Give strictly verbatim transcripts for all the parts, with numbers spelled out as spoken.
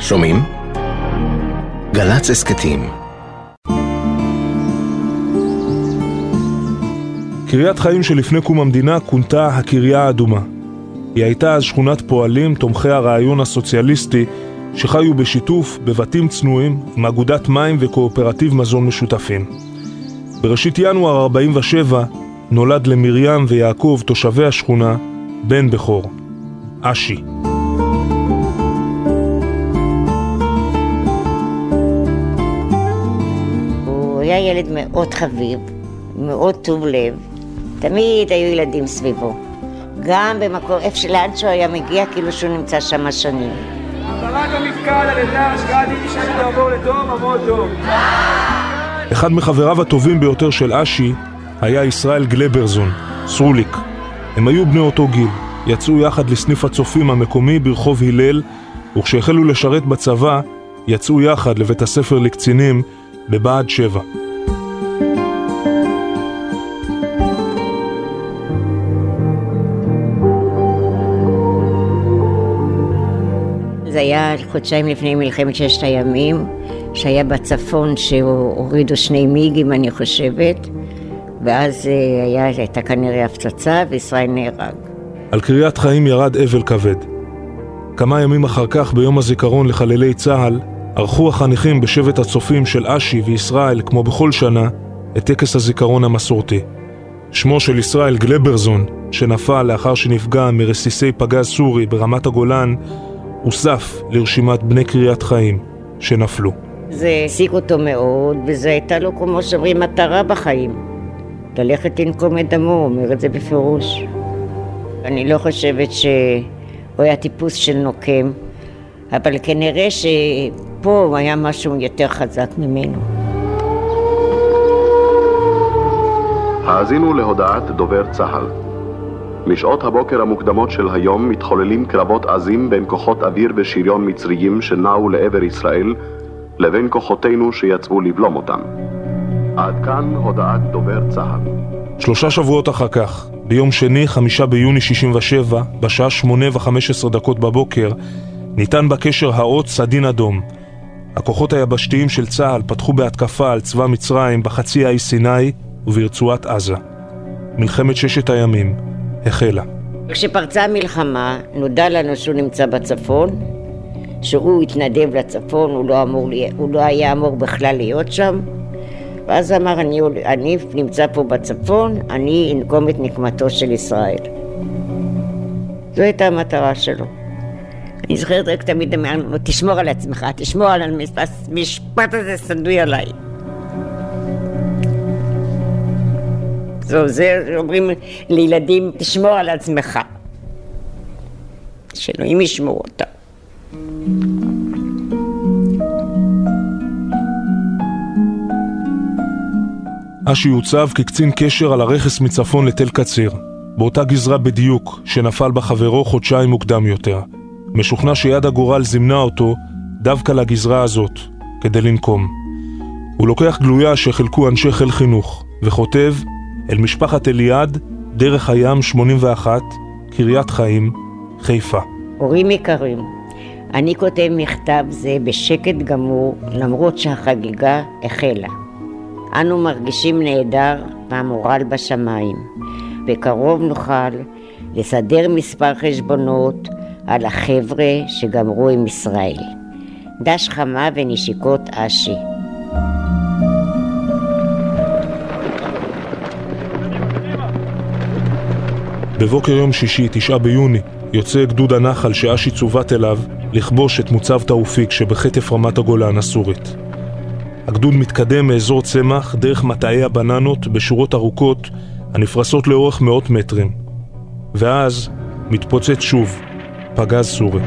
שומעים? גל"צ הסכתים. קריית חיים שלפני קום המדינה כונתה הקריה האדומה. היא הייתה אז שכונת פועלים תומכי הרעיון הסוציאליסטי שחיו בשיתוף בבתים צנועים עם אגודת מים וקואופרטיב מזון משותפים. בראשית ינואר ארבעים ושבע נולד למרים ויעקב תושבי השכונה בן בכור, אשי. הוא היה ילד מאוד חביב, מאוד טוב לב. תמיד היו ילדים סביבו. גם במקום, איפה שלאן שהוא היה מגיע, כאילו שהוא נמצא שם שנים. העברת המפקד על ידי השקעת איש שתעבור לדום עמוד דום. אחד מחבריו הטובים ביותר של אשי היה ישראל גלברזון, סרוליק. הם היו בני אותו גיל, יצאו יחד לסניף הצופים המקומי ברחוב הלל, וכשהחלו לשרת בצבא, יצאו יחד לבית הספר לקצינים בבה"ד שבע. זה היה חודשיים לפני מלחמת ששת הימים, שהיה בצפון שהורידו שני מיגים, אני חושבת, ואז היה, הייתה כנראה הפצצה וישראל נהרג. על קריית חיים ירד אבל כבד. כמה ימים אחר כך, ביום הזיכרון לחללי צה"ל, ערכו החניכים בשבט הצופים של אשי וישראל, כמו בכל שנה, את טקס הזיכרון המסורתי. שמו של ישראל גלברזון, שנפל לאחר שנפגע מרסיסי פגז סורי ברמת הגולן, הוסף לרשימת בני קריית חיים שנפלו. זה העסיק אותו מאוד, וזה הייתה לו, כמו שאומרים, מטרה בחיים. ללכת לנקום את דמו, הוא אומר את זה בפירוש. אני לא חושבת שהוא היה טיפוס של נוקם, אבל כנראה שפה היה משהו יותר חזק ממנו. האזינו להודעת דובר צה"ל. משעות הבוקר המוקדמות של היום מתחוללים קרבות עזים בין כוחות אוויר ושריון מצריים שנעו לעבר ישראל לבין כוחותינו שיצאו לבלום אותם. עד כאן הודעת דובר צה"ל. שלושה שבועות אחר כך, ביום שני, חמישה ביוני שישים ושבע, בשעה שמונה וחמש עשרה דקות בבוקר, ניתן בקשר האות סדין אדום. הכוחות היבשתיים של צה"ל פתחו בהתקפה על צבא מצרים בחצי האי סיני וברצועת עזה. מלחמת ששת הימים החלה. כשפרצה המלחמה, נודע לנו שהוא נמצא בצפון, שהוא התנדב לצפון, הוא לא, אמור, הוא לא היה אמור בכלל להיות שם, ואז אמר, אני, אני נמצא פה בצפון, אני אנקום את נקמתו של ישראל. זו הייתה המטרה שלו. אני זוכרת רק תמיד, תשמור על עצמך, תשמור על המשפט, המשפט הזה סדוי עליי. זו, זה אומרים לילדים, תשמור על עצמך. שאלוהים ישמור אותה. אשי הוצב כקצין קשר על הרכס מצפון לתל קציר, באותה גזרה בדיוק שנפל בחברו חודשיים מוקדם יותר. משוכנע שיד הגורל זימנה אותו דווקא לגזרה הזאת, כדי לנקום. הוא לוקח גלויה שחילקו אנשי חיל חינוך, וכותב אל משפחת אליעד, דרך הים שמונים ואחת, קריית חיים, חיפה. הורים יקרים, אני כותב מכתב זה בשקט גמור, למרות שהחגיגה החלה. אנו מרגישים נהדר והמורל בשמיים. בקרוב נוכל לסדר מספר חשבונות על החבר'ה שגמרו עם ישראל. דש חמה ונשיקות אשי. בבוקר יום שישי, תשעה ביוני, יוצא גדוד הנחל שאשי צוות אליו לכבוש את מוצב תאופיק שבחטף רמת הגולן הסורית. הגדוד מתקדם מאזור צמח דרך מטעי הבננות בשורות ארוכות הנפרסות לאורך מאות מטרים. ואז מתפוצץ שוב פגז סורי.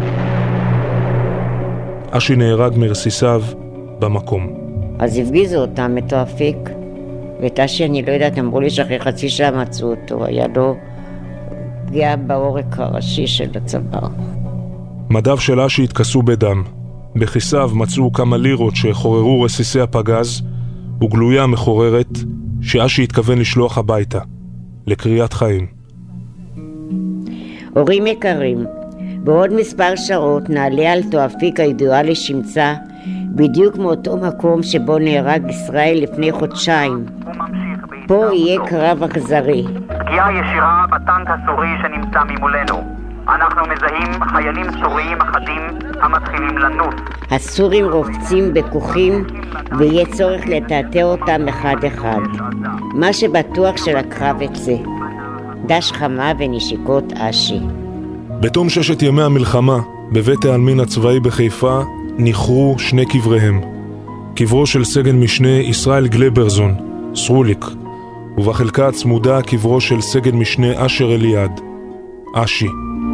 אשי נהרג מרסיסיו במקום. אז הפגיזו אותם את תאופיק, ואת אשי אני לא יודעת, אמרו לי שאחרי חצי שעה מצאו אותו, היה לו פגיעה בעורק הראשי של הצוואר. מדיו של אשי התכסו בדם. בכיסיו מצאו כמה לירות שחוררו רסיסי הפגז, וגלויה מחוררת שאשי התכוון לשלוח הביתה, לקריית חיים. הורים יקרים, בעוד מספר שעות נעלה על תואפיק הידועה לשמצה, בדיוק מאותו מקום שבו נהרג ישראל לפני חודשיים. פה יהיה קרב אכזרי. פגיעה ישירה בטנק הסורי שנמצא ממולנו. אנחנו מזהים חיילים סוריים אחדים המתחילים לנוס. הסורים רופצים בכוחים ויהיה צורך לטאטא אותם אחד אחד. מה שבטוח שלקרב את זה. דש חמה ונשיקות אשי. בתום ששת ימי המלחמה, בבית העלמין הצבאי בחיפה, נחרו שני קבריהם. קברו של סגן משנה ישראל גלברזון, סרוליק, ובחלקה הצמודה קברו של סגן משנה אשר אליעד, אשי.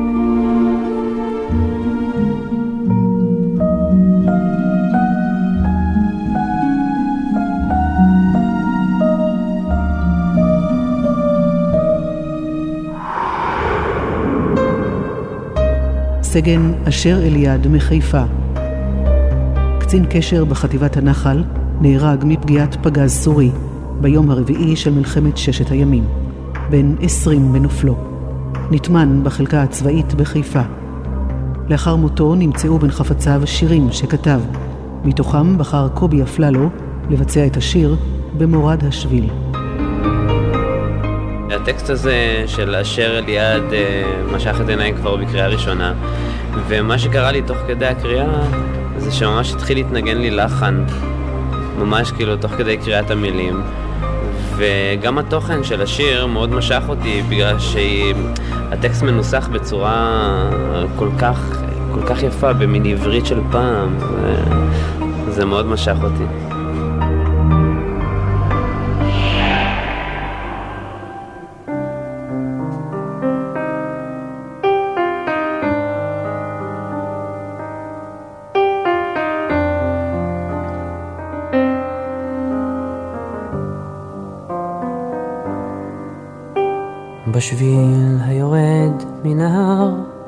סגן אשר אליעד מחיפה, קצין קשר בחטיבת הנחל, נהרג מפגיעת פגז סורי ביום הרביעי של מלחמת ששת הימים, בן עשרים בנופלו. נטמן בחלקה הצבאית בחיפה. לאחר מותו נמצאו בין חפציו שירים שכתב, מתוכם בחר קובי אפללו לבצע את השיר במורד השביל. הטקסט הזה של אשר אליעד משך את עיניי כבר בקריאה ראשונה, ומה שקרה לי תוך כדי הקריאה זה שממש התחיל להתנגן לי לחן, ממש כאילו תוך כדי קריאת המילים, וגם התוכן של השיר מאוד משך אותי בגלל שהטקסט מנוסח בצורה כל כך, כל כך יפה, במין עברית של פעם, וזה מאוד משך אותי. בשביל היורד מן ההר,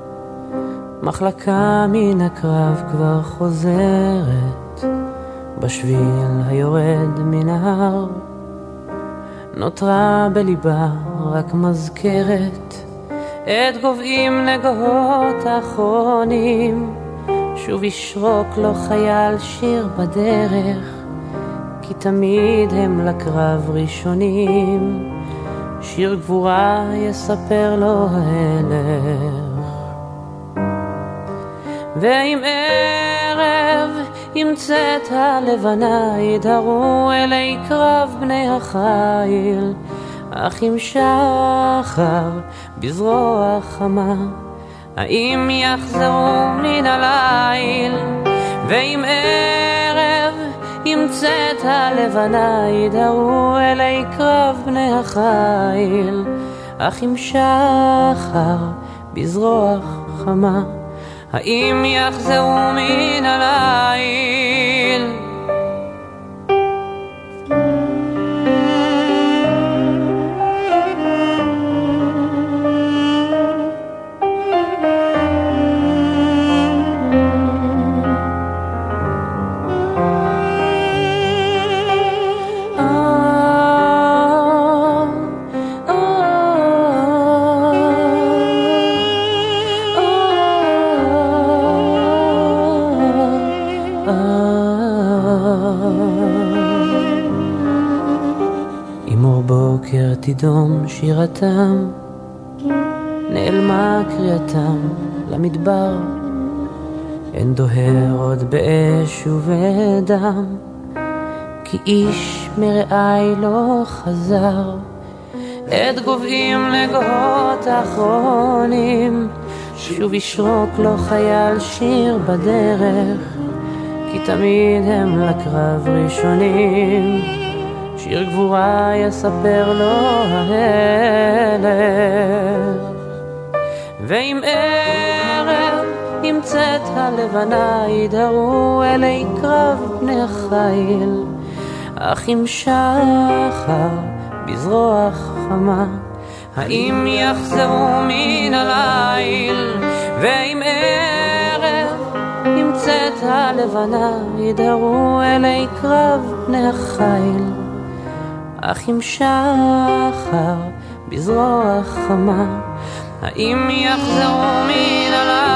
מחלקה מן הקרב כבר חוזרת. בשביל היורד מן ההר, נותרה בליבה רק מזכרת את גובעים נגוהות האחרונים. שוב ישרוק לו חייל שיר בדרך, כי תמיד הם לקרב ראשונים. שיר גבורה יספר לו ההלך, ועם ערב ימצאת הלבנה ידהרו אלי קרב בני החיל. אך עם שחר בזרוע חמה, האם יחזרו מן הליל? ועם ערב ימצאת הלבנה ידהרו אלי קרב בני החיל. אך עם שחר בזרוע חמה, האם יחזרו מן הליל? תדום שירתם, נעלמה קריאתם למדבר. אין דוהר עוד באש ובדם, כי איש מרעי לא חזר. את גובעים נגוהות האחרונים, שוב ישרוק לו חייל שיר בדרך, כי תמיד הם לקרב ראשונים. שיר גבורה יספר לו ההלך, ועם ערב ימצאת הלבנה ידהרו אלי קרב בני החיל. אך עם שחר בזרוע חמה, האם יחזרו מן הליל? ועם ערב ימצאת הלבנה ידהרו אלי קרב בני החיל. אך עם שחר בזרוע חמה, האם יחזרו מן הליל?